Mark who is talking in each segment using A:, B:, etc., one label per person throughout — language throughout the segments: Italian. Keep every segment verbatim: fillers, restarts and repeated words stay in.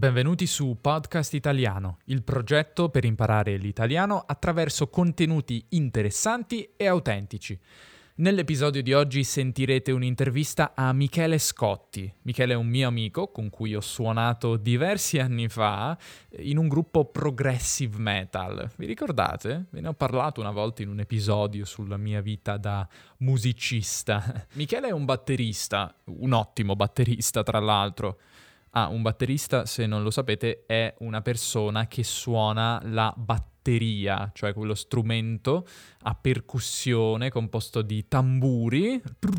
A: benvenuti su Podcast Italiano, il progetto per imparare l'italiano attraverso contenuti interessanti e autentici. Nell'episodio di oggi sentirete un'intervista a Michele Scotti. Michele è un mio amico con cui ho suonato diversi anni fa in un gruppo progressive metal. Vi ricordate? Ve ne ho parlato una volta in un episodio sulla mia vita da musicista. Michele è un batterista, un ottimo batterista tra l'altro. Ah, un batterista, se non lo sapete, è una persona che suona la batteria, cioè quello strumento a percussione composto di tamburi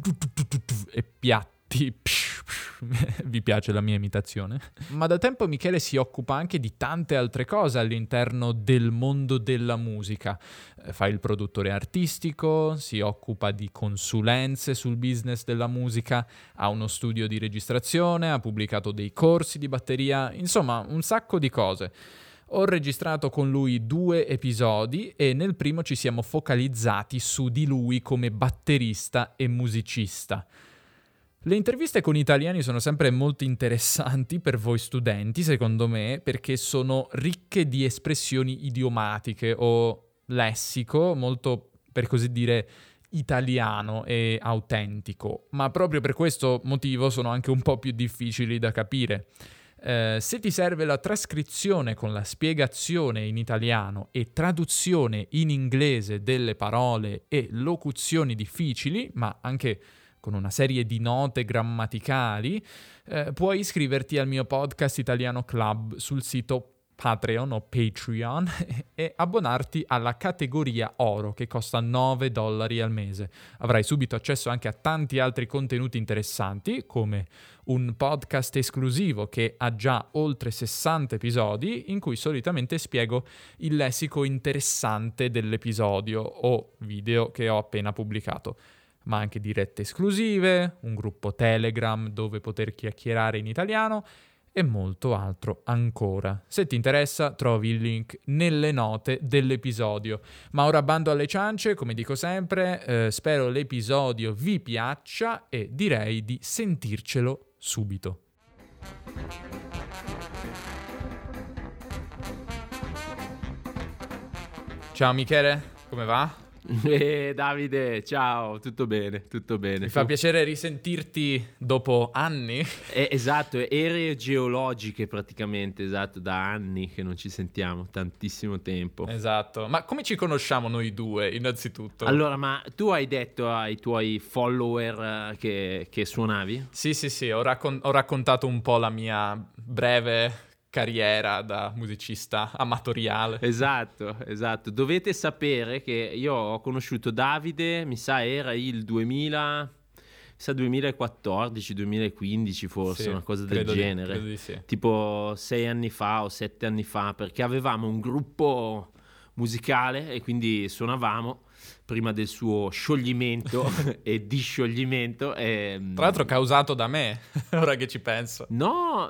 A: e piatti. Vi piace la mia imitazione? Ma da tempo Michele si occupa anche di tante altre cose all'interno del mondo della musica. Fa il produttore artistico, si occupa di consulenze sul business della musica, ha uno studio di registrazione, ha pubblicato dei corsi di batteria, insomma un sacco di cose. Ho registrato con lui due episodi e nel primo ci siamo focalizzati su di lui come batterista e musicista. Le interviste con italiani sono sempre molto interessanti per voi studenti, secondo me, perché sono ricche di espressioni idiomatiche o lessico, molto, per così dire, italiano e autentico, ma proprio per questo motivo sono anche un po' più difficili da capire. Eh, se ti serve la trascrizione con la spiegazione in italiano e traduzione in inglese delle parole e locuzioni difficili, ma anche con una serie di note grammaticali, eh, puoi iscriverti al mio podcast Italiano Club sul sito Patreon o Patreon e abbonarti alla categoria Oro che costa nove dollari al mese. Avrai subito accesso anche a tanti altri contenuti interessanti come un podcast esclusivo che ha già oltre sessanta episodi in cui solitamente spiego il lessico interessante dell'episodio o video che ho appena pubblicato, ma anche dirette esclusive, un gruppo Telegram dove poter chiacchierare in italiano e molto altro ancora. Se ti interessa, trovi il link nelle note dell'episodio. Ma ora bando alle ciance, come dico sempre, eh, spero l'episodio vi piaccia e direi di sentircelo subito. Ciao Michele, come va?
B: Eh, Davide, ciao, tutto bene, tutto bene.
A: Mi fa piacere risentirti dopo anni.
B: Eh, esatto, ere geologiche praticamente, esatto, da anni che non ci sentiamo, tantissimo tempo.
A: Esatto, ma come ci conosciamo noi due, innanzitutto?
B: Allora, ma tu hai detto ai tuoi follower che, che suonavi?
A: Sì, sì, sì, ho, raccon- ho raccontato un po' la mia breve carriera da musicista amatoriale.
B: Esatto, esatto. Dovete sapere che io ho conosciuto Davide, mi sa era il duemila, mi sa duemilaquattordici duemilaquindici forse,
A: sì,
B: una cosa del
A: credo
B: genere.
A: Di, credo di sì.
B: Tipo sei anni fa o sette anni fa, perché avevamo un gruppo musicale e quindi suonavamo prima del suo scioglimento e discioglimento. E,
A: tra l'altro causato da me, ora che ci penso.
B: No,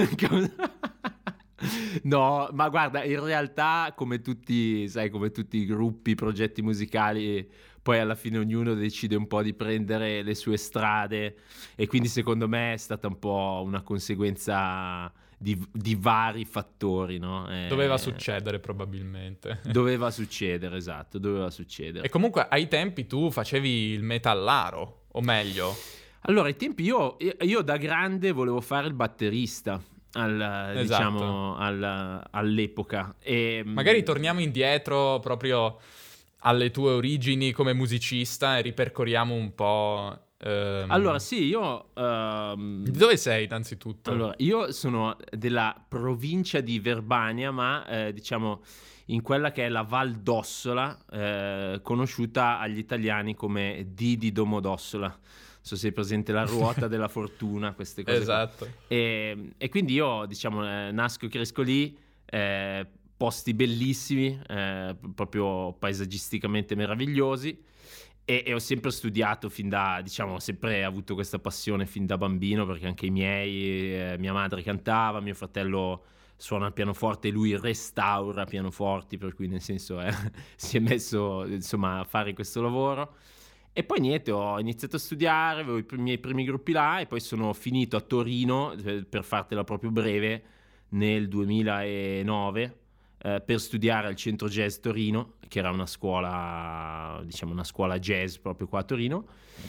B: no, ma guarda, in realtà come tutti, sai, come tutti i gruppi, i progetti musicali, poi alla fine ognuno decide un po' di prendere le sue strade e quindi secondo me è stata un po' una conseguenza di, di vari fattori, no? Eh,
A: doveva succedere probabilmente.
B: Doveva succedere, esatto, doveva succedere.
A: E comunque ai tempi tu facevi il metallaro, o meglio?
B: Allora, ai tempi io, io da grande volevo fare il batterista. Al,
A: esatto.
B: Diciamo al, all'epoca e
A: magari torniamo indietro proprio alle tue origini come musicista e ripercorriamo un po'. Ehm...
B: Allora sì, io ehm...
A: di dove sei innanzitutto?
B: Allora, io sono della provincia di Verbania, ma eh, diciamo in quella che è la Val d'Ossola, eh, conosciuta agli italiani come D di Domodossola. So se sei presente, la ruota della fortuna, queste cose.
A: Esatto.
B: E, e quindi io, diciamo, eh, nasco e cresco lì, eh, posti bellissimi, eh, proprio paesaggisticamente meravigliosi, e, e ho sempre studiato fin da, diciamo, ho sempre avuto questa passione fin da bambino, perché anche i miei, eh, mia madre cantava, mio fratello suona il pianoforte e lui restaura pianoforti, per cui nel senso eh, si è messo, insomma, a fare questo lavoro. E poi niente, ho iniziato a studiare, avevo i miei primi gruppi là e poi sono finito a Torino, per fartela proprio breve, nel duemilanove eh, per studiare al Centro Jazz Torino, che era una scuola, diciamo una scuola jazz proprio qua a Torino.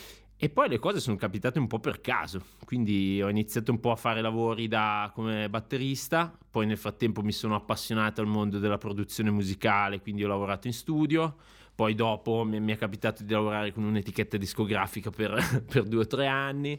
B: E poi le cose sono capitate un po' per caso, quindi ho iniziato un po' a fare lavori da, come batterista, poi nel frattempo mi sono appassionato al mondo della produzione musicale, quindi ho lavorato in studio, poi dopo mi, mi è capitato di lavorare con un'etichetta discografica per, per due o tre anni,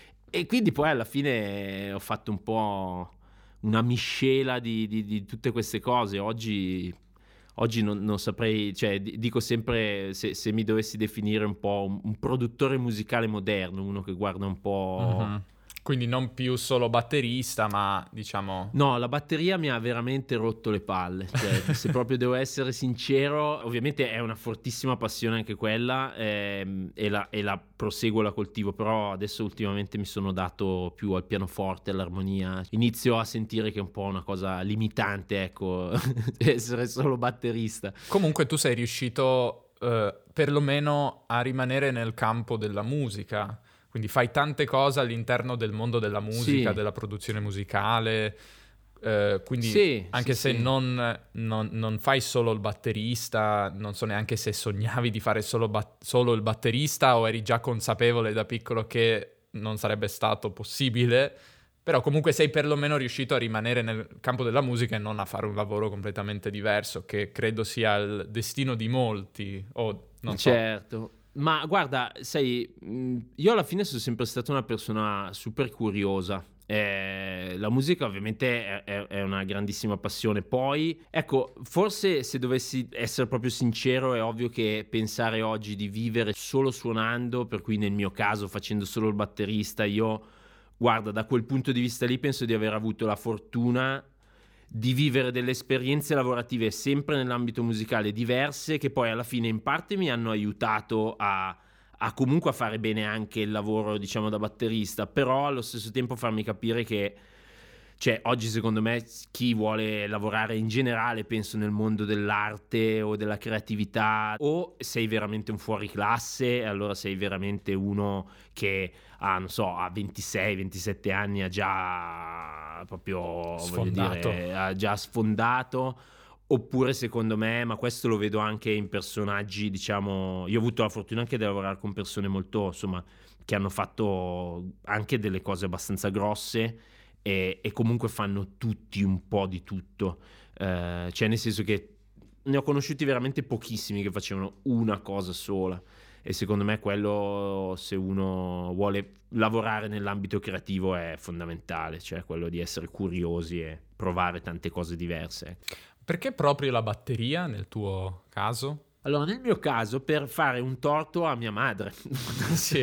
B: e quindi poi alla fine ho fatto un po' una miscela di, di, di tutte queste cose. Oggi... Oggi non, non saprei, cioè dico sempre, se, se mi dovessi definire un po' un, un produttore musicale moderno, uno che guarda un po'...
A: Mm-hmm. Quindi non più solo batterista, ma diciamo...
B: No, la batteria mi ha veramente rotto le palle, cioè, se proprio devo essere sincero. Ovviamente è una fortissima passione anche quella, ehm, e, la, e la proseguo, la coltivo, però adesso ultimamente mi sono dato più al pianoforte, all'armonia. Inizio a sentire che è un po' una cosa limitante, ecco, essere solo batterista.
A: Comunque tu sei riuscito eh, perlomeno a rimanere nel campo della musica. Quindi fai tante cose all'interno del mondo della musica,
B: Sì.
A: della produzione musicale, eh, quindi
B: Sì,
A: anche
B: sì,
A: se
B: sì.
A: Non, non, non fai solo il batterista, non so neanche se sognavi di fare solo, bat- solo il batterista o eri già consapevole da piccolo che non sarebbe stato possibile, però comunque sei perlomeno riuscito a rimanere nel campo della musica e non a fare un lavoro completamente diverso, che credo sia il destino di molti, o non so.
B: Certo. Ma guarda, sai, io alla fine sono sempre stata una persona super curiosa. Eh, la musica ovviamente è, è una grandissima passione. Poi, ecco, forse se dovessi essere proprio sincero, è ovvio che pensare oggi di vivere solo suonando, per cui nel mio caso facendo solo il batterista, io, guarda, da quel punto di vista lì penso di aver avuto la fortuna di vivere delle esperienze lavorative sempre nell'ambito musicale diverse, che poi alla fine in parte mi hanno aiutato a, a comunque a fare bene anche il lavoro, diciamo, da batterista, però allo stesso tempo farmi capire che, cioè, oggi secondo me chi vuole lavorare in generale, penso nel mondo dell'arte o della creatività, o sei veramente un fuoriclasse, allora sei veramente uno che ha, non so, a ventisei ventisette anni ha già proprio,
A: Sfondato.
B: voglio dire, ha già sfondato. Oppure secondo me, ma questo lo vedo anche in personaggi, diciamo, io ho avuto la fortuna anche di lavorare con persone molto, insomma, che hanno fatto anche delle cose abbastanza grosse, e, e comunque fanno tutti un po' di tutto, eh, cioè nel senso che ne ho conosciuti veramente pochissimi che facevano una cosa sola, e secondo me quello, se uno vuole lavorare nell'ambito creativo, è fondamentale, cioè quello di essere curiosi e provare tante cose diverse.
A: Perché proprio la batteria nel tuo caso?
B: Allora, nel mio caso, per fare un torto a mia madre.
A: Sì.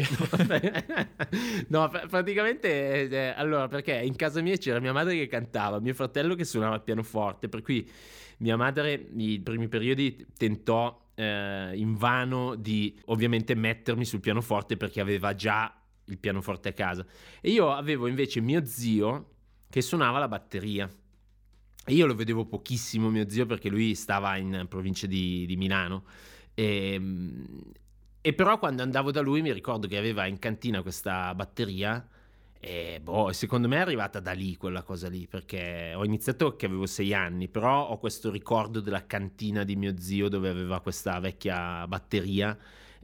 B: No, pr- praticamente, eh, allora, perché in casa mia c'era mia madre che cantava, mio fratello che suonava il pianoforte, per cui mia madre, nei primi periodi, tentò eh, invano di, ovviamente, mettermi sul pianoforte perché aveva già il pianoforte a casa. E io avevo invece mio zio che suonava la batteria. E io lo vedevo pochissimo, mio zio, perché lui stava in provincia di, di Milano, e, e però quando andavo da lui mi ricordo che aveva in cantina questa batteria, e boh, secondo me è arrivata da lì quella cosa lì, perché ho iniziato che avevo sei anni, però ho questo ricordo della cantina di mio zio dove aveva questa vecchia batteria,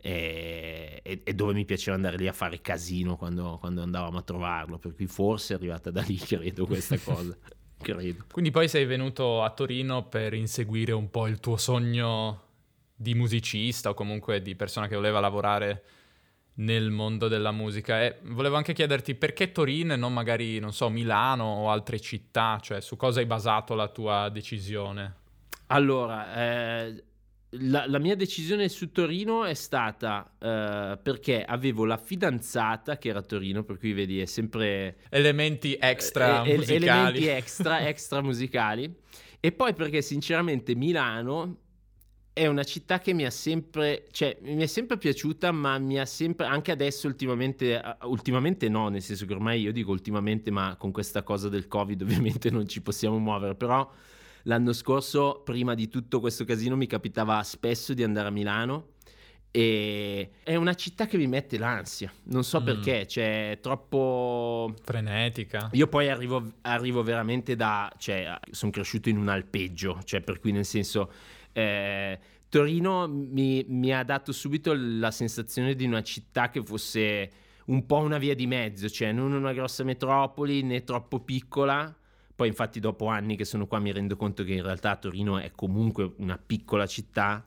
B: e, e, e dove mi piaceva andare lì a fare casino quando, quando andavamo a trovarlo, per cui forse è arrivata da lì, credo, questa cosa. Credo.
A: Quindi poi sei venuto a Torino per inseguire un po' il tuo sogno di musicista o comunque di persona che voleva lavorare nel mondo della musica, e volevo anche chiederti perché Torino e non magari, non so, Milano o altre città, cioè su cosa hai basato la tua decisione?
B: Allora, eh, la, la mia decisione su Torino è stata eh, perché avevo la fidanzata che era a Torino, per cui vedi è sempre
A: Elementi extra
B: eh,
A: musicali.
B: Elementi extra, extra musicali. E poi perché sinceramente Milano è una città che mi ha sempre, cioè mi è sempre piaciuta, ma mi ha sempre, anche adesso ultimamente, ultimamente no, nel senso che ormai io dico ultimamente, ma con questa cosa del Covid ovviamente non ci possiamo muovere, però l'anno scorso, prima di tutto questo casino, mi capitava spesso di andare a Milano, E è una città che mi mette l'ansia, non so
A: Mm.
B: perché, c'è troppo...
A: Frenetica.
B: Io poi arrivo, arrivo veramente da... cioè, sono cresciuto in un alpeggio, cioè per cui nel senso... Eh, Torino mi, mi ha dato subito la sensazione di una città che fosse un po' una via di mezzo, cioè non una grossa metropoli né troppo piccola. Poi infatti dopo anni che sono qua mi rendo conto che in realtà Torino è comunque una piccola città,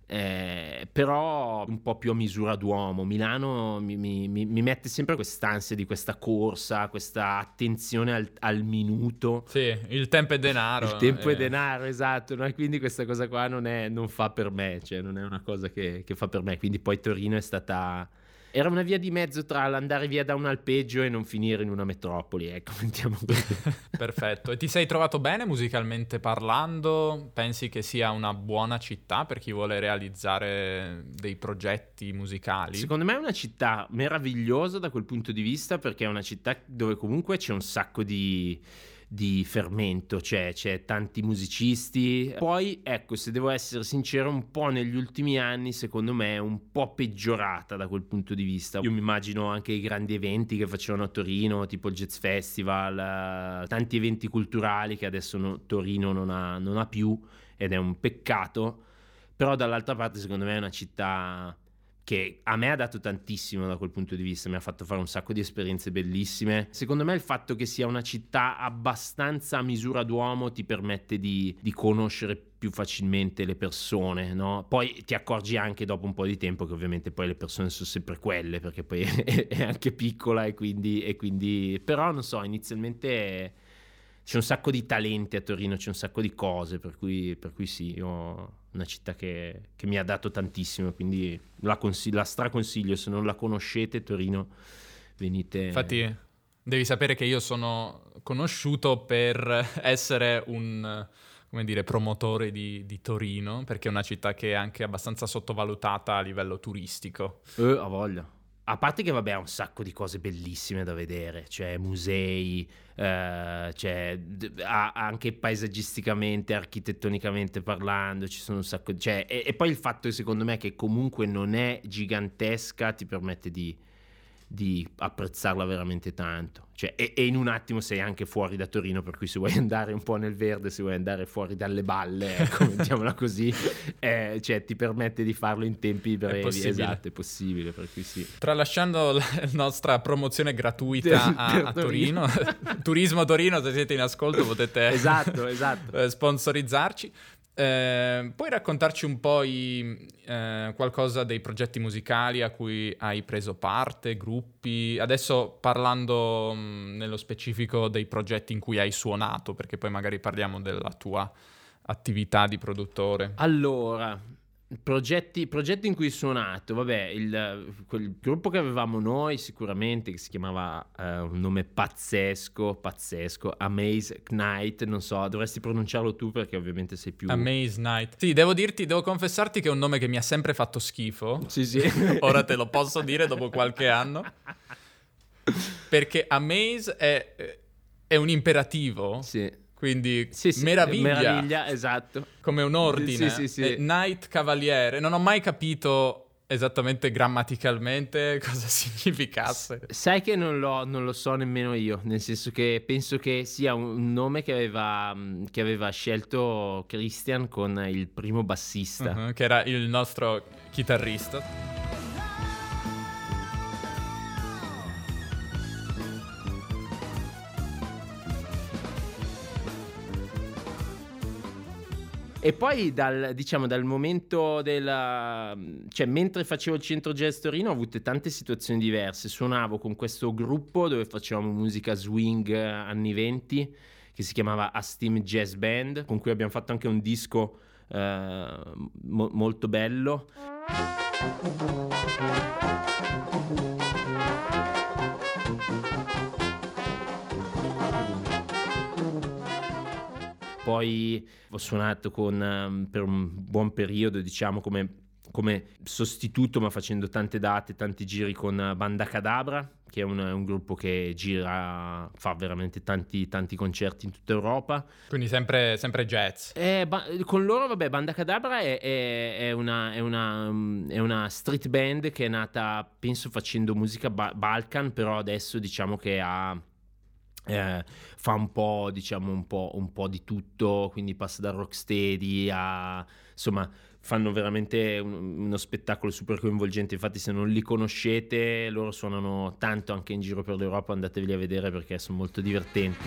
B: eh, però un po' più a misura d'uomo. Milano mi, mi, mi mette sempre quest'ansia di questa corsa, questa attenzione al, al minuto.
A: Sì, il tempo è denaro.
B: Il tempo
A: eh.
B: è denaro, esatto, no? E quindi questa cosa qua non, è, non fa per me, cioè non è una cosa che, che fa per me. Quindi poi Torino è stata... Era una via di mezzo tra l'andare via da un alpeggio e non finire in una metropoli, ecco, mettiamo così.
A: Perfetto. E ti sei trovato bene musicalmente parlando? Pensi che sia una buona città per chi vuole realizzare dei progetti musicali?
B: Secondo me è una città meravigliosa da quel punto di vista, perché è una città dove comunque c'è un sacco di... di fermento, cioè c'è tanti musicisti. Poi ecco, se devo essere sincero, un po' negli ultimi anni secondo me è un po' peggiorata da quel punto di vista. Io mi immagino anche i grandi eventi che facevano a Torino, tipo il Jazz Festival, tanti eventi culturali che adesso no, Torino non ha, non ha più, ed è un peccato. Però dall'altra parte secondo me è una città che a me ha dato tantissimo da quel punto di vista, mi ha fatto fare un sacco di esperienze bellissime. Secondo me il fatto che sia una città abbastanza a misura d'uomo ti permette di, di conoscere più facilmente le persone, no? Poi ti accorgi anche dopo un po' di tempo che ovviamente poi le persone sono sempre quelle, perché poi è, è anche piccola e quindi, e quindi... Però non so, inizialmente... C'è un sacco di talenti a Torino, c'è un sacco di cose, per cui, per cui sì, io una città che, che mi ha dato tantissimo, quindi la, consig- la straconsiglio. Se non la conoscete, Torino, venite...
A: Infatti devi sapere che io sono conosciuto per essere un, come dire, promotore di, di Torino, perché è una città che è anche abbastanza sottovalutata a livello turistico.
B: Eh, ha voglia. A parte che vabbè ha un sacco di cose bellissime da vedere, cioè musei, eh, cioè, d- ha anche paesaggisticamente, architettonicamente parlando, ci sono un sacco di... Cioè, e, e poi il fatto secondo me che comunque non è gigantesca ti permette di, di apprezzarla veramente tanto. Cioè, e, e in un attimo sei anche fuori da Torino, per cui se vuoi andare un po' nel verde, se vuoi andare fuori dalle balle, ecco, mettiamola così, eh, cioè ti permette di farlo in tempi brevi.
A: È possibile.
B: Esatto, è possibile, per cui sì.
A: Tralasciando la nostra promozione gratuita a,
B: Per
A: a Torino,
B: Torino.
A: Turismo Torino, se siete in ascolto potete
B: Esatto, esatto.
A: eh, sponsorizzarci. Eh, puoi raccontarci un po' i, eh, qualcosa dei progetti musicali a cui hai preso parte, gruppi? Adesso parlando mh, nello specifico dei progetti in cui hai suonato, perché poi magari parliamo della tua attività di produttore.
B: Allora, progetti, progetti in cui ho suonato, vabbè, il, quel gruppo che avevamo noi sicuramente, che si chiamava eh, un nome pazzesco, pazzesco, Amaze Night, non so, dovresti pronunciarlo tu perché ovviamente sei più...
A: Amaze Night. Sì, devo dirti, devo confessarti che è un nome che mi ha sempre fatto schifo.
B: Sì, sì.
A: Ora te lo posso dire dopo qualche anno. Perché Amaze è, è un imperativo.
B: Sì.
A: Quindi
B: Sì, sì,
A: meraviglia,
B: meraviglia, esatto.
A: come un ordine.
B: Sì, sì, sì.
A: E Knight Cavaliere. Non ho mai capito esattamente grammaticalmente cosa significasse.
B: Sai che non lo, non lo so nemmeno io, nel senso che penso che sia un nome che aveva, che aveva scelto Christian con il primo bassista.
A: Uh-huh, che era il nostro chitarrista.
B: E poi dal, diciamo, dal momento della... cioè mentre facevo il Centro Jazz Torino ho avuto tante situazioni diverse. Suonavo con questo gruppo dove facevamo musica swing anni venti che si chiamava A Steam Jazz Band, con cui abbiamo fatto anche un disco eh, mo- molto bello. Poi ho suonato con, um, per un buon periodo, diciamo, come, come sostituto, ma facendo tante date, tanti giri con Banda Cadabra, che è un, un gruppo che gira, fa veramente tanti, tanti concerti in tutta Europa.
A: Quindi sempre, sempre jazz.
B: Eh, ba- con loro, vabbè, Banda Cadabra è, è, è, una, è, una, è una street band che è nata, penso, facendo musica ba- Balkan, però adesso diciamo che ha... Eh, fa un po', diciamo, un po', un po' di tutto, quindi passa dal rocksteady a... insomma, fanno veramente un, uno spettacolo super coinvolgente. Infatti, se non li conoscete, loro suonano tanto anche in giro per l'Europa, andateveli a vedere perché sono molto divertenti.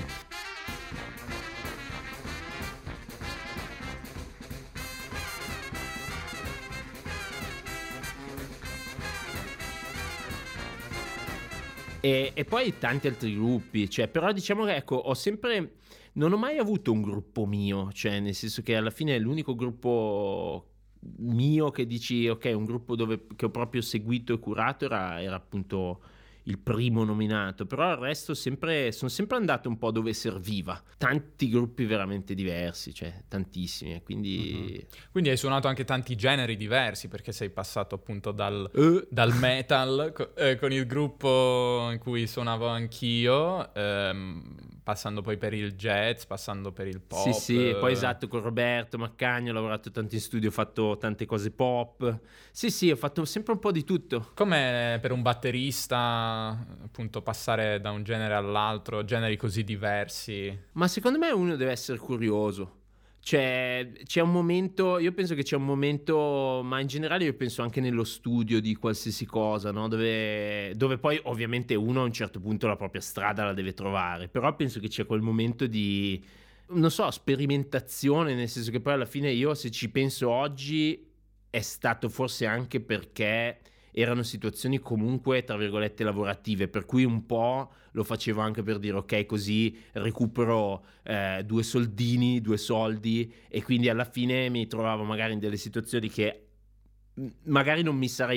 B: E, e poi tanti altri gruppi, cioè, però diciamo che ecco, ho sempre, non ho mai avuto un gruppo mio, cioè nel senso che alla fine è l'unico gruppo mio che dici, ok, un gruppo dove, che ho proprio seguito e curato era, era appunto il primo nominato, però il resto sempre, sono sempre andato un po' dove serviva, tanti gruppi veramente diversi, cioè tantissimi, quindi...
A: Mm-hmm. Quindi hai suonato anche tanti generi diversi, perché sei passato appunto dal,
B: uh.
A: dal metal co- eh, con il gruppo in cui suonavo anch'io, ehm, passando poi per il jazz, passando per il pop.
B: Sì, sì, poi esatto, con Roberto Maccagno ho lavorato tanto in studio, ho fatto tante cose pop. Sì, sì, ho fatto sempre un po' di tutto.
A: Come per un batterista appunto passare da un genere all'altro, generi così diversi?
B: Ma secondo me uno deve essere curioso. Cioè, c'è un momento, io penso che c'è un momento, ma in generale io penso anche nello studio di qualsiasi cosa, no? Dove, dove poi ovviamente uno a un certo punto la propria strada la deve trovare, però penso che c'è quel momento di, non so, sperimentazione, nel senso che poi alla fine io, se ci penso oggi, è stato forse anche perché erano situazioni comunque tra virgolette lavorative, per cui un po' lo facevo anche per dire ok, così recupero eh, due soldini, due soldi, e quindi alla fine mi trovavo magari in delle situazioni che magari non mi sarei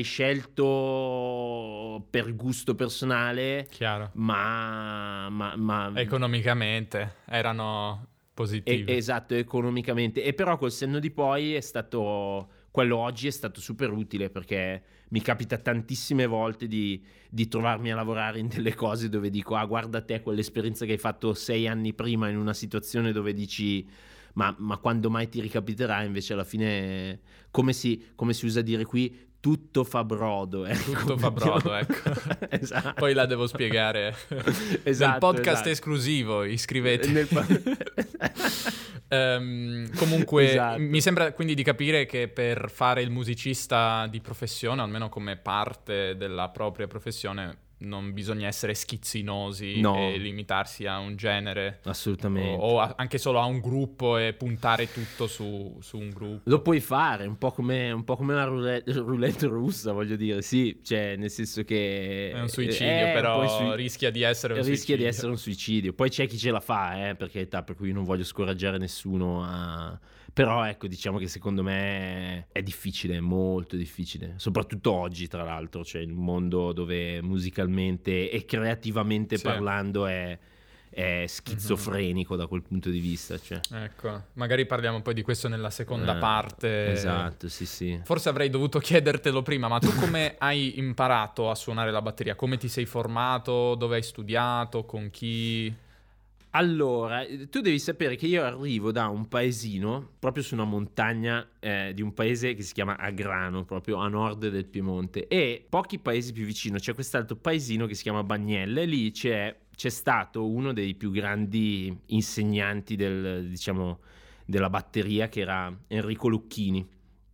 B: scelto per gusto personale.
A: Chiaro.
B: ma, ma, ma...
A: economicamente erano positivi.
B: E, esatto, economicamente, e però col senno di poi è stato, quello oggi è stato super utile, perché mi capita tantissime volte di, di trovarmi a lavorare in delle cose dove dico ah, guarda te quell'esperienza che hai fatto sei anni prima in una situazione dove dici ma, ma quando mai ti ricapiterà, invece alla fine come si, come si usa dire qui, tutto fa brodo, ecco.
A: Tutto fa brodo, ecco.
B: Esatto.
A: Poi la devo spiegare.
B: Esatto,
A: nel podcast
B: esatto.
A: esclusivo, iscrivetevi.
B: Nel po-
A: um, comunque
B: Esatto.
A: mi sembra quindi di capire che per fare il musicista di professione, almeno come parte della propria professione, non bisogna essere schizzinosi
B: No.
A: e limitarsi a un genere,
B: Assolutamente.
A: o, o a- anche solo a un gruppo e puntare tutto su, su un gruppo.
B: Lo puoi fare un po' come, un po' come la roulette, roulette russa, voglio dire, sì, cioè nel senso che
A: È un suicidio,
B: eh,
A: però
B: poi sui-
A: rischia di essere un
B: rischia
A: suicidio.
B: di essere un suicidio. Poi c'è chi ce la fa, eh, per carità, per cui non voglio scoraggiare nessuno a... Però ecco, diciamo che secondo me è difficile, è molto difficile, soprattutto oggi tra l'altro, cioè il mondo dove musicalmente e creativamente
A: Sì.
B: parlando è, è schizofrenico da quel punto di vista, cioè.
A: Ecco, magari parliamo poi di questo nella seconda
B: Eh,
A: parte.
B: Esatto, sì sì.
A: Forse avrei dovuto chiedertelo prima, ma tu come hai imparato a suonare la batteria? Come ti sei formato? Dove hai studiato? Con chi?
B: Allora, tu devi sapere che io arrivo da un paesino, proprio su una montagna eh, di un paese che si chiama Agrano, proprio a nord del Piemonte, e pochi paesi più vicino c'è quest'altro paesino che si chiama Bagnelle, e lì c'è, c'è stato uno dei più grandi insegnanti del, diciamo, della batteria, che era Enrico Lucchini.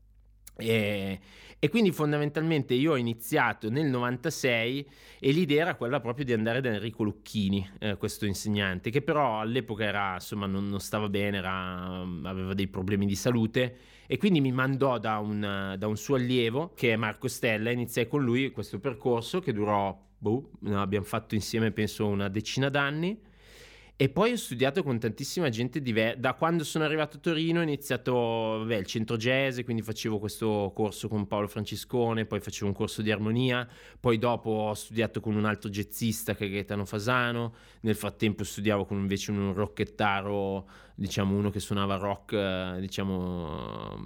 B: E, e quindi fondamentalmente io ho iniziato nel novantasei e l'idea era quella proprio di andare da Enrico Lucchini, eh, questo insegnante, che però all'epoca era, insomma, non, non stava bene, era, aveva dei problemi di salute, e quindi mi mandò da un, da un suo allievo che è Marco Stella. Iniziai con lui questo percorso che durò, boh, abbiamo fatto insieme penso una decina d'anni. E poi ho studiato con tantissima gente diversa. Da quando sono arrivato a Torino ho iniziato, vabbè, il centro jazz, quindi facevo questo corso con Paolo Franciscone, poi facevo un corso di armonia, poi dopo ho studiato con un altro jazzista che è Gaetano Fasano. Nel frattempo studiavo con invece un rockettaro, diciamo uno che suonava rock, eh, diciamo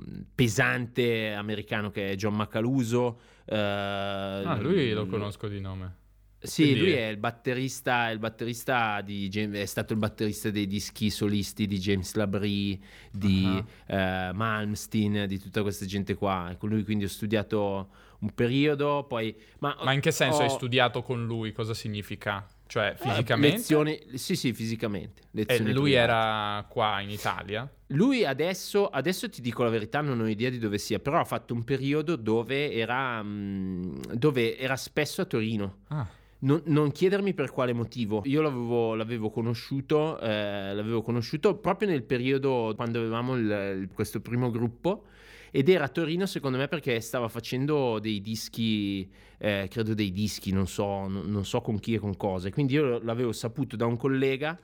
B: pesante americano, che è John Macaluso. Eh,
A: Ah, lui lo conosco di nome.
B: Sì,
A: Quindi
B: lui è il batterista, è il batterista di James, è stato il batterista dei dischi solisti di James Labrie, di
A: uh-huh.
B: eh, Malmsteen, di tutta questa gente qua. Con lui quindi ho studiato un periodo, poi... Ma,
A: Ma in che senso
B: ho,
A: hai studiato con lui? Cosa significa? Cioè,
B: eh,
A: fisicamente?
B: lezioni, sì sì, fisicamente,
A: E
B: lezioni
A: lui
B: private.
A: era qua in Italia?
B: Lui adesso, adesso ti dico la verità, non ho idea di dove sia, però ha fatto un periodo dove era, mh, dove era spesso a Torino.
A: Ah.
B: Non, non chiedermi per quale motivo. Io l'avevo, l'avevo conosciuto, eh, l'avevo conosciuto proprio nel periodo quando avevamo il, il- questo primo gruppo, ed era a Torino secondo me perché stava facendo dei dischi, eh, credo dei dischi, non so, non, non so con chi e con cosa. E quindi io l'avevo saputo da un collega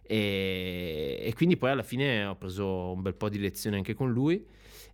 B: e, e quindi poi alla fine ho preso un bel po' di lezioni anche con lui.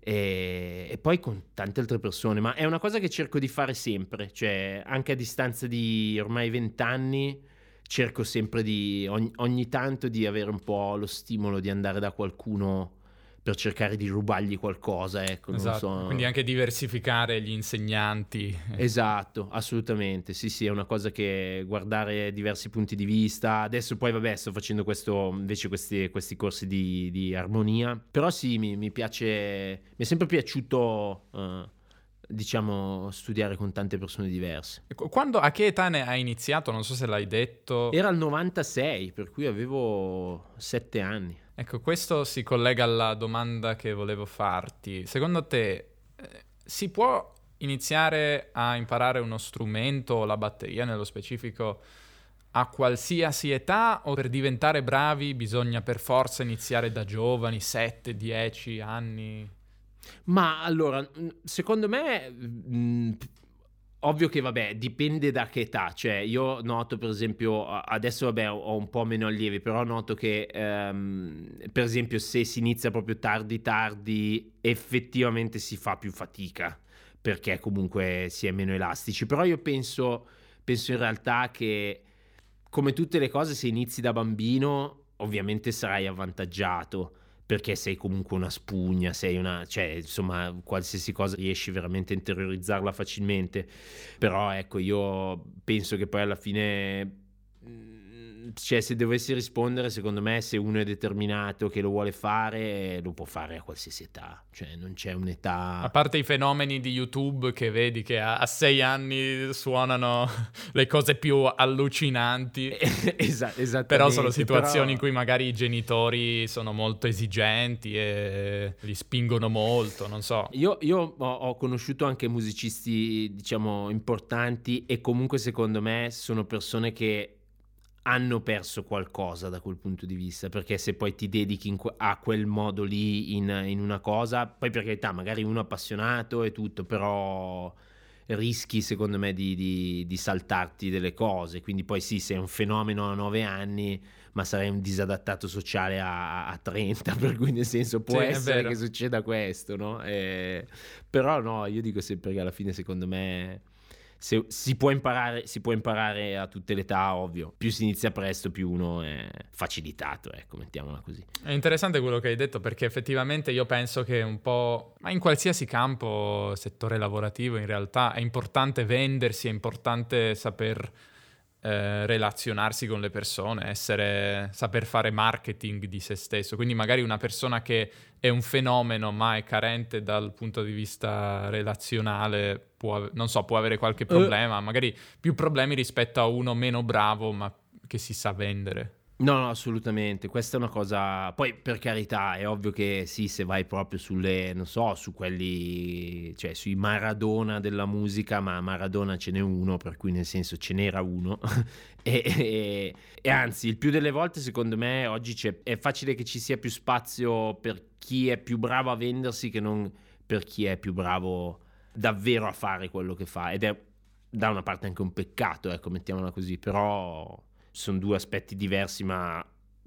B: E, e poi con tante altre persone, ma è una cosa che cerco di fare sempre, cioè anche a distanza di ormai vent'anni cerco sempre di ogni, ogni tanto di avere un po' lo stimolo di andare da qualcuno per cercare di rubargli qualcosa, ecco, non
A: Esatto,
B: so.
A: quindi anche diversificare gli insegnanti.
B: Esatto, assolutamente, sì sì, è una cosa che guardare diversi punti di vista, adesso poi vabbè sto facendo questo, invece questi, questi corsi di, di armonia, però sì, mi, mi piace, mi è sempre piaciuto, eh, diciamo, studiare con tante persone diverse.
A: Qu- Quando, a che età ne hai iniziato? Non so se l'hai detto.
B: Era il novantasei, per cui avevo sette anni.
A: Ecco, questo si collega alla domanda che volevo farti. Secondo te, eh, si può iniziare a imparare uno strumento, o la batteria nello specifico, a qualsiasi età, o per diventare bravi bisogna per forza iniziare da giovani, sette dieci anni?
B: Ma allora, mh, secondo me, mh, ovvio che vabbè, dipende da che età, cioè io noto per esempio, a- adesso vabbè ho ho un po' meno allievi, però noto che ehm, per esempio se si inizia proprio tardi tardi effettivamente si fa più fatica, perché comunque si è meno elastici, però io penso, penso in realtà che come tutte le cose se inizi da bambino ovviamente sarai avvantaggiato perché sei comunque una spugna, sei una, cioè, insomma, qualsiasi cosa riesci veramente a interiorizzarla facilmente. Però ecco, io penso che poi alla fine, mh, cioè, se dovessi rispondere, secondo me, se uno è determinato che lo vuole fare, lo può fare a qualsiasi età, cioè non c'è
A: A
B: un'età.
A: parte i fenomeni di YouTube che vedi che a, a sei anni suonano le cose più allucinanti,
B: Esa-
A: però sono
B: esattamente,
A: situazioni in
B: però
A: cui magari i genitori sono molto esigenti e li spingono molto, non so.
B: Io, io ho, ho conosciuto anche musicisti, diciamo, importanti e comunque secondo me sono persone che hanno perso qualcosa da quel punto di vista, perché se poi ti dedichi in que- a quel modo lì in, in una cosa, poi per carità, magari uno appassionato e tutto, però rischi secondo me di, di- di saltarti delle cose, quindi poi sì, sei un fenomeno a nove anni, ma sarai un disadattato sociale a, a trenta, per cui nel senso può
A: Sì, è
B: essere
A: vero.
B: che succeda questo, no? Eh, però no, io dico sempre che alla fine secondo me se, si può imparare, si può imparare a tutte le età, ovvio. Più si inizia presto, più uno è facilitato, ecco, mettiamola così.
A: È interessante quello che hai detto perché effettivamente io penso che un po', ma in qualsiasi campo, settore lavorativo in realtà, è importante vendersi, è importante saper eh, relazionarsi con le persone, essere, saper fare marketing di se stesso. Quindi magari una persona che è un fenomeno ma è carente dal punto di vista relazionale, può, ave- non so, può avere qualche
B: Eh,
A: problema, magari più problemi rispetto a uno meno bravo ma che si sa vendere.
B: No, no, assolutamente. Questa è una cosa. Poi, per carità, è ovvio che sì, se vai proprio sulle, non so, su quelli, cioè sui Maradona della musica, ma Maradona ce n'è uno, per cui nel senso ce n'era uno. e, e- e anzi, il più delle volte, secondo me, oggi c'è, è facile che ci sia più spazio per chi è più bravo a vendersi che non per chi è più bravo davvero a fare quello che fa. Ed è da una parte anche un peccato, ecco, mettiamola così, però sono due aspetti diversi ma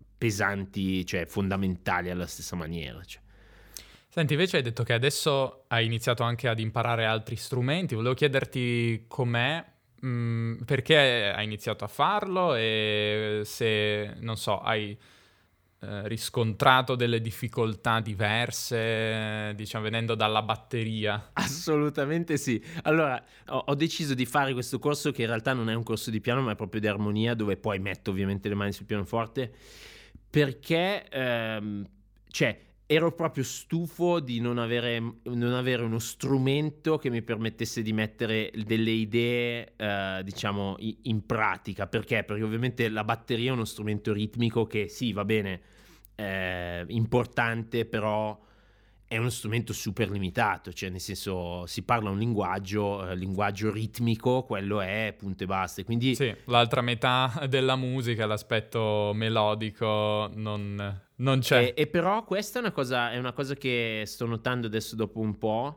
B: pesanti, cioè fondamentali alla stessa maniera. Cioè.
A: Senti, invece hai detto che adesso hai iniziato anche ad imparare altri strumenti. Volevo chiederti com'è, mh, perché hai iniziato a farlo e se, non so, hai eh, riscontrato delle difficoltà diverse, diciamo, venendo dalla batteria?
B: Assolutamente sì. Allora, ho, ho deciso di fare questo corso, che in realtà non è un corso di piano, ma è proprio di armonia, dove poi metto ovviamente le mani sul pianoforte, perché ehm, cioè ero proprio stufo di non avere, non avere uno strumento che mi permettesse di mettere delle idee, eh, diciamo, i- in pratica. Perché? Perché ovviamente la batteria è uno strumento ritmico che sì, va bene, eh, importante, però è uno strumento super limitato, cioè nel senso si parla un linguaggio, eh, linguaggio ritmico, quello è, punto e basta. E quindi
A: Sì, l'altra metà della musica, l'aspetto melodico, non, non c'è.
B: E, e però questa è una cosa, è una cosa che sto notando adesso dopo un po',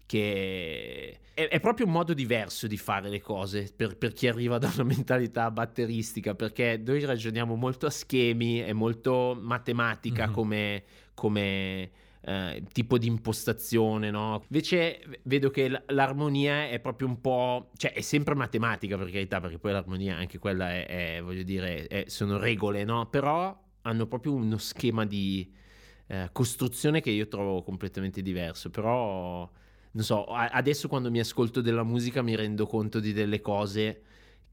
B: che è, è proprio un modo diverso di fare le cose per, per chi arriva da una mentalità batteristica, perché noi ragioniamo molto a schemi, è molto matematica
A: Mhm.
B: come, come eh, tipo di impostazione, no? Invece vedo che l- l'armonia è proprio un po', cioè è sempre matematica, per carità, perché poi l'armonia anche quella è, è, voglio dire, è- sono regole, no? Però hanno proprio uno schema di eh, costruzione che io trovo completamente diverso. Però non so, a- adesso quando mi ascolto della musica mi rendo conto di delle cose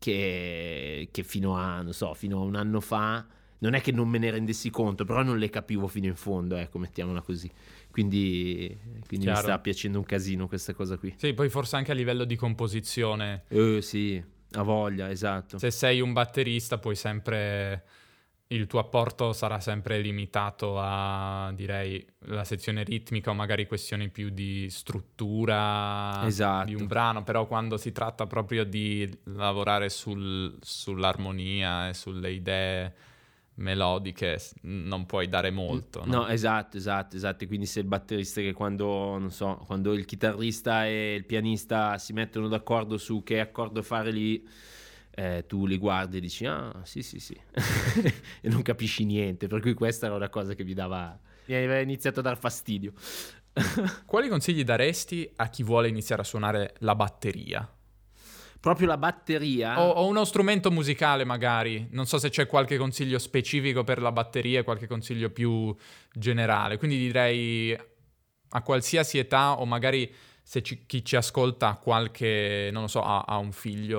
B: che, che fino a, non so, fino a un anno fa non è che non me ne rendessi conto, però non le capivo fino in fondo, ecco, mettiamola così. Quindi, quindi mi
A: Chiaro.
B: sta piacendo un casino questa cosa qui.
A: Sì, poi forse anche a livello di composizione.
B: Eh sì, ha voglia, esatto.
A: Se sei un batterista puoi sempre... Il tuo apporto sarà sempre limitato a, direi, la sezione ritmica o magari questioni più di struttura
B: Esatto.
A: di un brano, però quando si tratta proprio di lavorare sul- sull'armonia e sulle idee melodiche s- non puoi dare molto, no?
B: No, esatto, esatto, esatto. Quindi sei il batterista che quando, non so, quando il chitarrista e il pianista si mettono d'accordo su che accordo fare lì, eh, tu li guardi e dici, ah, sì, sì, sì. E non capisci niente. Per cui questa era una cosa che mi dava, mi aveva iniziato a dar fastidio.
A: Quali consigli daresti a chi vuole iniziare a suonare la batteria?
B: Proprio la batteria.
A: O, o uno strumento musicale magari, non so se c'è qualche consiglio specifico per la batteria, qualche consiglio più generale, quindi direi a qualsiasi età o magari se ci- chi ci ascolta ha qualche, non lo so, ha, ha un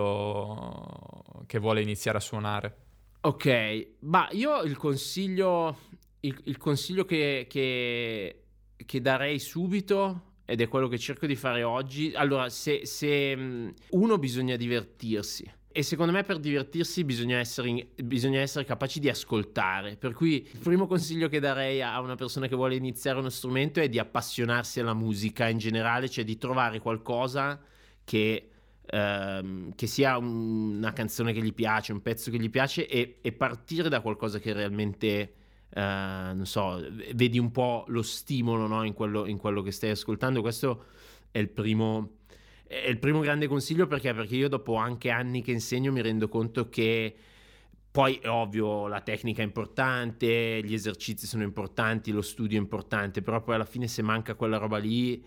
A: figlio che vuole iniziare a suonare.
B: Ok, ma io il consiglio, il, il consiglio che, che- che darei subito, ed è quello che cerco di fare oggi, allora, se, se, mh, uno bisogna divertirsi, e secondo me per divertirsi bisogna essere, in- bisogna essere capaci di ascoltare, per cui il primo consiglio che darei a una persona che vuole iniziare uno strumento è di appassionarsi alla musica in generale, cioè di trovare qualcosa che ehm, che sia un- una canzone che gli piace, un pezzo che gli piace e, e partire da qualcosa che realmente, eh, non so, vedi un po' lo stimolo, no, in quello, in quello che stai ascoltando. Questo è il primo, è il primo grande consiglio, perché? Perché io dopo anche anni che insegno mi rendo conto che poi è ovvio la tecnica è importante, gli esercizi sono importanti, lo studio è importante, però poi alla fine se manca quella roba lì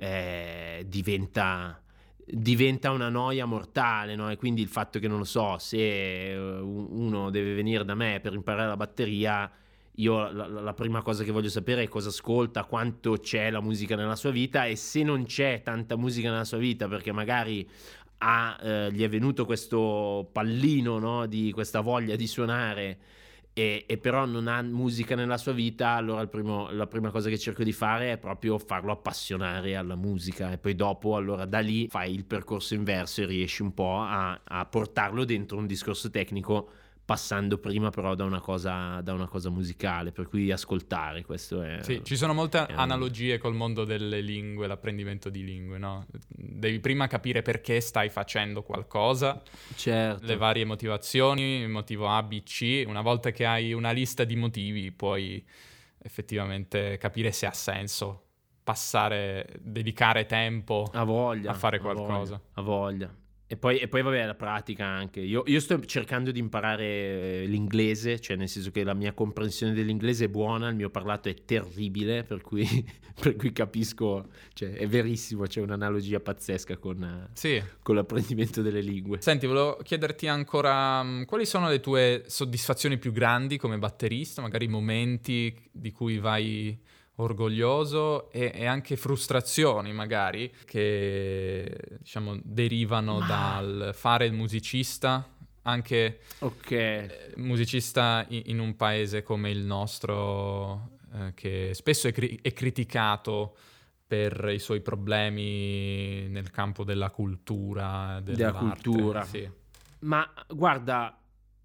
B: eh, diventa diventa una noia mortale, no? E quindi il fatto che non lo so, se eh, uno deve venire da me per imparare la batteria, io la, la prima cosa che voglio sapere è cosa ascolta, quanto c'è la musica nella sua vita, e se non c'è tanta musica nella sua vita perché magari ha, eh, gli è venuto questo pallino, no? Di questa voglia di suonare e, e però non ha musica nella sua vita, allora il primo- la prima cosa che cerco di fare è proprio farlo appassionare alla musica, e poi dopo allora da lì fai il percorso inverso e riesci un po' a, a portarlo dentro un discorso tecnico, passando prima però da una cosa, da una cosa musicale, per cui ascoltare, questo è...
A: Sì, ci sono molte
B: è un-
A: analogie col mondo delle lingue, l'apprendimento di lingue, no? Devi prima capire perché stai facendo qualcosa,
B: Certo.
A: le varie motivazioni, il motivo A, B, C. Una volta che hai una lista di motivi, puoi effettivamente capire se ha senso passare, dedicare tempo
B: Ha voglia,
A: a fare
B: ha voglia,
A: qualcosa.
B: ha voglia. E poi, e poi vabbè, la pratica anche. Io, io sto cercando di imparare l'inglese, cioè nel senso che la mia comprensione dell'inglese è buona, il mio parlato è terribile, per cui, per cui capisco, cioè è verissimo, c'è un'analogia pazzesca con,
A: Sì.
B: con l'apprendimento delle lingue.
A: Senti, volevo chiederti ancora mh, quali sono le tue soddisfazioni più grandi come batterista, magari momenti di cui vai orgoglioso e, e anche frustrazioni magari che diciamo derivano
B: Ma-
A: dal fare il musicista, anche
B: Ok.
A: eh, musicista in, in un paese come il nostro eh, che spesso è, cri- è criticato per i suoi problemi nel campo della cultura,
B: Della
A: dell'arte.
B: cultura.
A: Sì.
B: Ma guarda,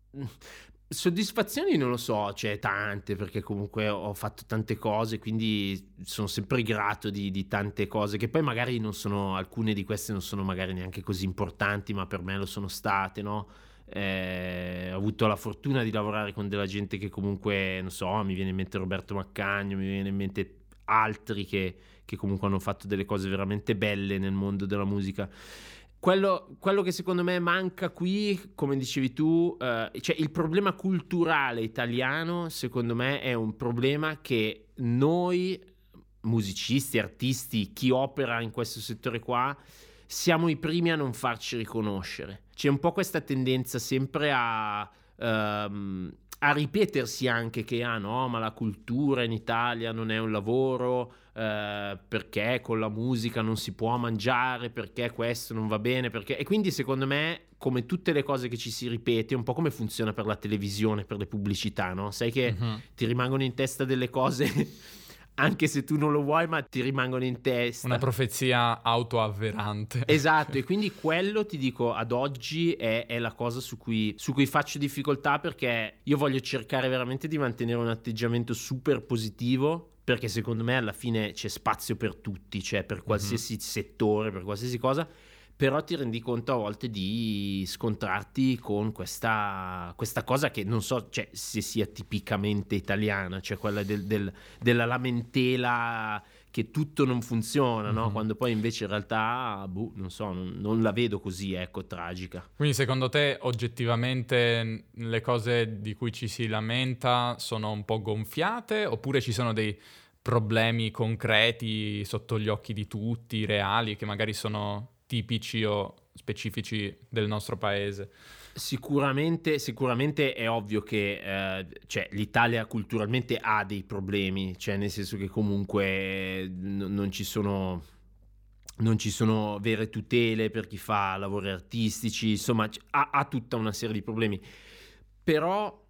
B: soddisfazioni non lo so, cioè tante, perché comunque ho fatto tante cose, quindi sono sempre grato di, di tante cose, che poi magari non sono, alcune di queste non sono magari neanche così importanti, ma per me lo sono state, no? Eh, ho avuto la fortuna di lavorare con della gente che comunque, non so, mi viene in mente Roberto Maccagno, mi viene in mente altri che, che comunque hanno fatto delle cose veramente belle nel mondo della musica. Quello, quello che secondo me manca qui, come dicevi tu, eh, cioè il problema culturale italiano, secondo me, è un problema che noi, musicisti, artisti, chi opera in questo settore qua, siamo i primi a non farci riconoscere. C'è un po' questa tendenza sempre a, ehm, a ripetersi anche che, ah no, ma la cultura in Italia non è un lavoro, eh, perché con la musica non si può mangiare, perché questo non va bene, perché... E quindi secondo me, come tutte le cose che ci si ripete, un po' come funziona per la televisione, per le pubblicità, no? Sai che
A: Mhm.
B: ti rimangono in testa delle cose anche se tu non lo vuoi, ma ti rimangono in testa.
A: Una profezia autoavverante.
B: Esatto, e quindi quello ti dico ad oggi è, è la cosa su cui, su cui faccio difficoltà, perché io voglio cercare veramente di mantenere un atteggiamento super positivo, perché secondo me alla fine c'è spazio per tutti, cioè per qualsiasi mm-hmm. settore, per qualsiasi cosa, però ti rendi conto a volte di scontrarti con questa, questa cosa che non so, cioè, se sia tipicamente italiana, cioè quella del, del, della lamentela che tutto non funziona, no? Mm-hmm. Quando poi invece in realtà, boh, non so, non, non la vedo così, ecco, tragica.
A: Quindi secondo te oggettivamente le cose di cui ci si lamenta sono un po' gonfiate, oppure ci sono dei problemi concreti sotto gli occhi di tutti, reali, che magari sono tipici o specifici del nostro paese?
B: Sicuramente, sicuramente è ovvio che eh, cioè, l'Italia culturalmente ha dei problemi, cioè nel senso che comunque n- non ci sono non ci sono vere tutele per chi fa lavori artistici, insomma ha, ha tutta una serie di problemi, però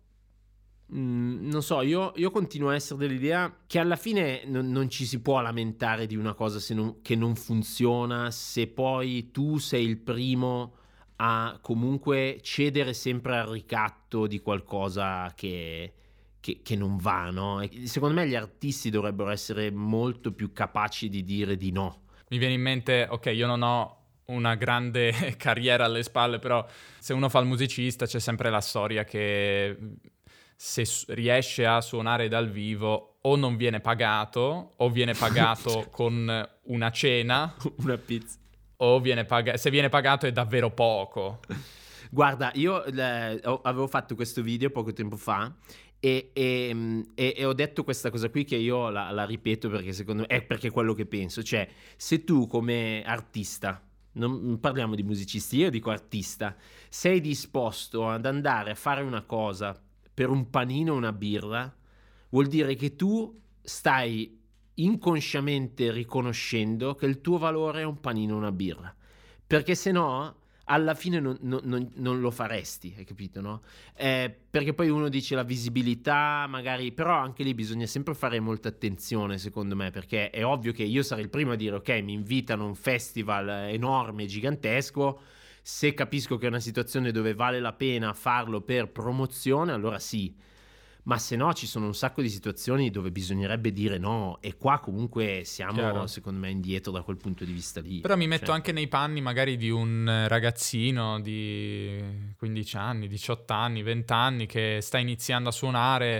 B: Mm, non so, io, io continuo a essere dell'idea che alla fine non, non ci si può lamentare di una cosa se non, che non funziona, se poi tu sei il primo a comunque cedere sempre al ricatto di qualcosa che, che, che non va, no? E secondo me gli artisti dovrebbero essere molto più capaci di dire di no.
A: Mi viene in mente, ok, io non ho una grande carriera alle spalle, però se uno fa il musicista c'è sempre la storia che se riesce a suonare dal vivo o non viene pagato o viene pagato con una cena,
B: una pizza,
A: o viene pag- se viene pagato è davvero poco.
B: Guarda, io le, ho, avevo fatto questo video poco tempo fa e, e, e, e ho detto questa cosa qui che io la, la ripeto perché secondo me è perché è quello che penso, cioè se tu come artista, non parliamo di musicisti, io dico artista, sei disposto ad andare a fare una cosa per un panino o una birra, vuol dire che tu stai inconsciamente riconoscendo che il tuo valore è un panino o una birra, perché se no alla fine non, non, non lo faresti, hai capito, no? Eh, perché poi uno dice la visibilità, magari, però anche lì bisogna sempre fare molta attenzione, secondo me, perché è ovvio che io sarei il primo a dire, ok, mi invitano a un festival enorme, gigantesco, se capisco che è una situazione dove vale la pena farlo per promozione, allora sì. Ma se no ci sono un sacco di situazioni dove bisognerebbe dire no, e qua comunque siamo, Chiaro. secondo me, indietro da quel punto di vista lì.
A: Però mi metto cioè... anche nei panni magari di un ragazzino di quindici anni, diciotto anni, venti anni che sta iniziando a suonare,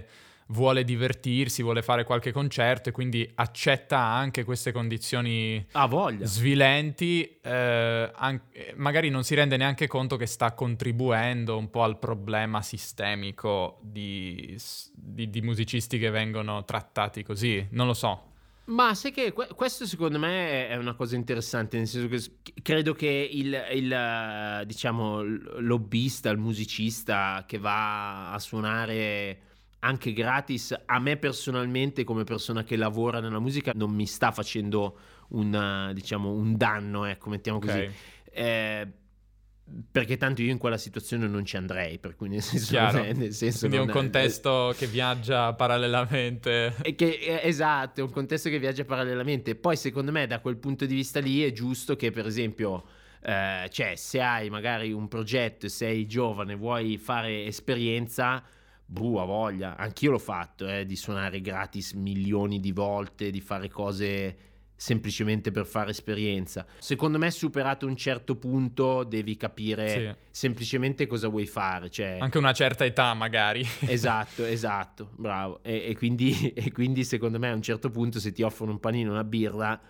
A: vuole divertirsi, vuole fare qualche concerto e quindi accetta anche queste condizioni
B: Ha voglia.
A: svilenti, eh, an- magari non si rende neanche conto che sta contribuendo un po' al problema sistemico di, di, di musicisti che vengono trattati così, non lo so.
B: Ma sai che que- questo secondo me è una cosa interessante, nel senso che s- credo che il, il, eh, diciamo, l- lobbista, il musicista che va a suonare anche gratis, a me personalmente come persona che lavora nella musica non mi sta facendo un, eh, diciamo, un danno, ecco, mettiamo così.
A: Ok.
B: Eh, perché tanto io in quella situazione non ci andrei, per cui nel senso,
A: Chiaro.
B: non è- nel senso
A: Quindi è un
B: non è-
A: contesto che viaggia parallelamente.
B: e che, eh, esatto, è un contesto che viaggia parallelamente. Poi secondo me da quel punto di vista lì è giusto che per esempio, eh, cioè se hai magari un progetto e sei giovane, vuoi fare esperienza, buh, ha voglia. Anch'io l'ho fatto, eh, di suonare gratis milioni di volte, di fare cose semplicemente per fare esperienza. Secondo me superato un certo punto devi capire
A: Sì.
B: semplicemente cosa vuoi fare, cioè
A: Anche una certa età magari.
B: esatto, esatto, bravo. E, e quindi, e quindi secondo me a un certo punto se ti offrono un panino, una birra,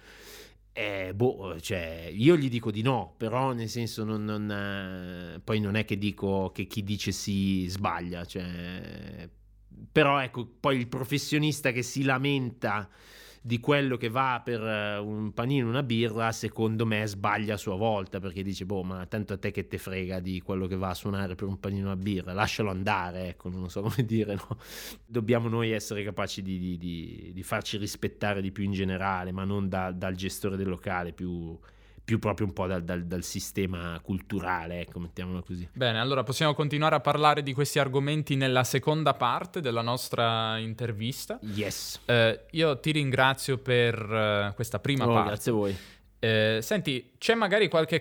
B: eh, boh, cioè io gli dico di no, però nel senso non, non, eh, poi non è che dico che chi dice sì sbaglia, cioè, però ecco, poi il professionista che si lamenta di quello che va per eh, un panino, una birra, secondo me sbaglia a sua volta, perché dice boh, ma tanto a te che te frega di quello che va a suonare per un panino, una birra, lascialo andare, ecco, non so come dire, no? Dobbiamo noi essere capaci di, di, di, di farci rispettare di più in generale, ma non da, dal gestore del locale, più, più proprio un po' dal, dal, dal sistema culturale, ecco, mettiamolo così.
A: Bene, allora possiamo continuare a parlare di questi argomenti nella seconda parte della nostra intervista.
B: Yes.
A: Eh, io ti ringrazio per eh, questa prima
B: Oh,
A: parte.
B: grazie a voi.
A: Eh, senti, c'è magari qualche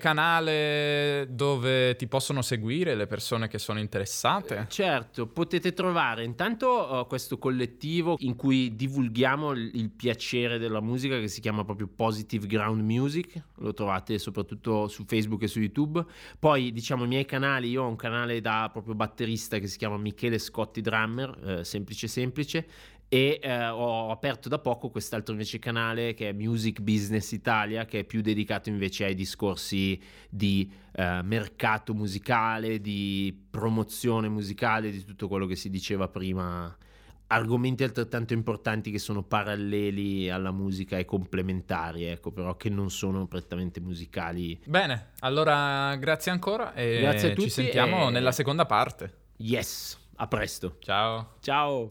A: canale dove ti possono seguire le persone che sono interessate?
B: Certo, potete trovare intanto uh, questo collettivo in cui divulghiamo il, il piacere della musica, che si chiama proprio Positive Ground Music, lo trovate soprattutto su Facebook e su YouTube. Poi diciamo i miei canali, io ho un canale da proprio batterista che si chiama Michele Scotti Drummer, eh, semplice semplice, e eh, ho aperto da poco quest'altro invece canale che è Music Business Italia, che è più dedicato invece ai discorsi di eh, mercato musicale, di promozione musicale, di tutto quello che si diceva prima, argomenti altrettanto importanti che sono paralleli alla musica e complementari, ecco, però che non sono prettamente musicali.
A: Bene, allora grazie ancora e
B: Grazie a tutti
A: ci sentiamo
B: e-
A: nella seconda parte.
B: Yes, a presto.
A: Ciao.
B: Ciao.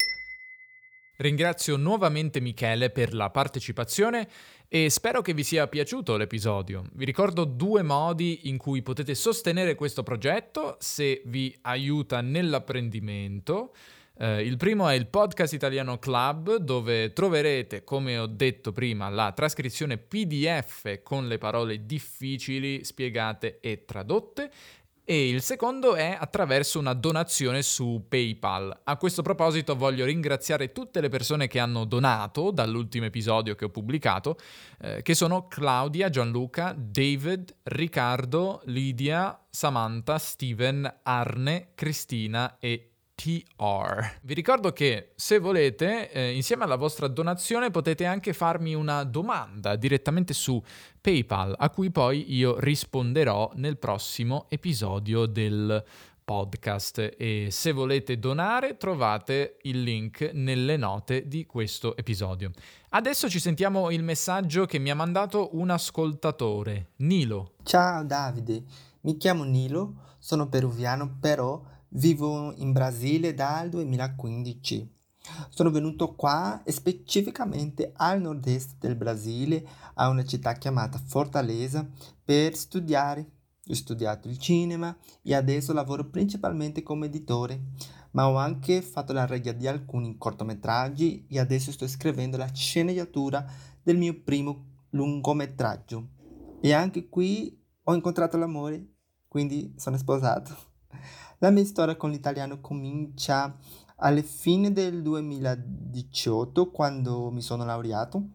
A: Ringrazio nuovamente Michele per la partecipazione e spero che vi sia piaciuto l'episodio. Vi ricordo due modi in cui potete sostenere questo progetto se vi aiuta nell'apprendimento. Eh, il primo è il Podcast Italiano Club, dove troverete, come ho detto prima, la trascrizione P D F con le parole difficili spiegate e tradotte. E il secondo è attraverso una donazione su PayPal. A questo proposito voglio ringraziare tutte le persone che hanno donato dall'ultimo episodio che ho pubblicato, eh, che sono Claudia, Gianluca, David, Riccardo, Lidia, Samantha, Steven, Arne, Cristina e T R. Vi ricordo che se volete, eh, insieme alla vostra donazione potete anche farmi una domanda direttamente su PayPal, a cui poi io risponderò nel prossimo episodio del podcast. E se volete donare trovate il link nelle note di questo episodio. Adesso ci sentiamo il messaggio che mi ha mandato un ascoltatore, Nilo.
C: Ciao Davide, mi chiamo Nilo, sono peruviano, però vivo in Brasile dal duemilaquindici. Sono venuto qua specificamente al nord-est del Brasile, a una città chiamata Fortaleza, per studiare. Ho studiato il cinema e adesso lavoro principalmente come editore, ma ho anche fatto la regia di alcuni cortometraggi e adesso sto scrivendo la sceneggiatura del mio primo lungometraggio. E anche qui ho incontrato l'amore, quindi sono sposato. La mia storia con l'italiano comincia alla fine del duemiladiciotto, quando mi sono laureato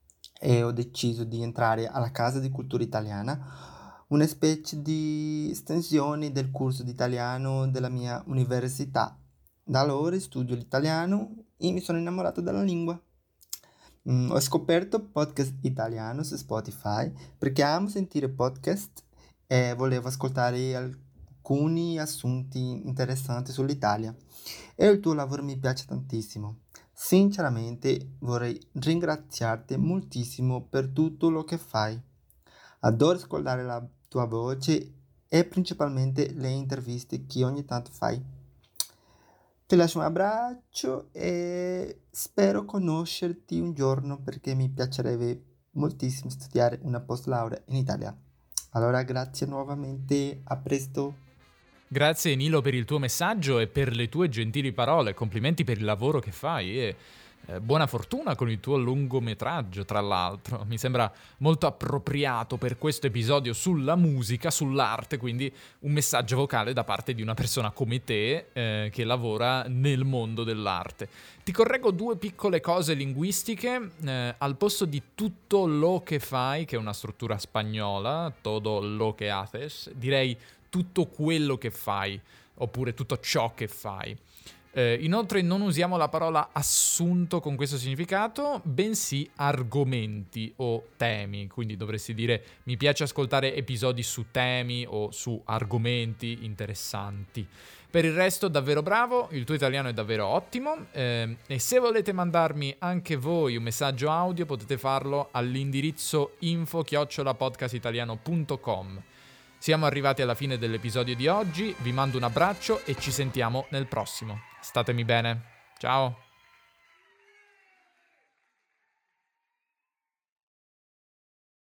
C: e ho deciso di entrare alla Casa di Cultura Italiana, una specie di estensione del corso di italiano della mia università. Da allora studio l'italiano e mi sono innamorato della lingua. Mm, ho scoperto podcast italiano su Spotify perché amo sentire podcast e volevo ascoltare alcuni assunti interessanti sull'Italia e il tuo lavoro mi piace tantissimo. Sinceramente vorrei ringraziarti moltissimo per tutto lo che fai. Adoro ascoltare la tua voce e principalmente le interviste che ogni tanto fai. Ti lascio un abbraccio e spero conoscerti un giorno perché mi piacerebbe moltissimo studiare una post laurea in Italia. Allora grazie nuovamente, a presto.
A: Grazie Nilo per il tuo messaggio e per le tue gentili parole, complimenti per il lavoro che fai e eh, buona fortuna con il tuo lungometraggio, tra l'altro. Mi sembra molto appropriato per questo episodio sulla musica, sull'arte, quindi un messaggio vocale da parte di una persona come te eh, che lavora nel mondo dell'arte. Ti correggo due piccole cose linguistiche, eh, al posto di tutto lo che fai, che è una struttura spagnola, todo lo que haces, direi tutto quello che fai, oppure tutto ciò che fai. Eh, inoltre non usiamo la parola assunto con questo significato, bensì argomenti o temi, quindi dovresti dire mi piace ascoltare episodi su temi o su argomenti interessanti. Per il resto davvero bravo, il tuo italiano è davvero ottimo eh, e se volete mandarmi anche voi un messaggio audio potete farlo all'indirizzo info chiocciola podcastitaliano punto com. Siamo arrivati alla fine dell'episodio di oggi, vi mando un abbraccio e ci sentiamo nel prossimo. Statemi bene, ciao!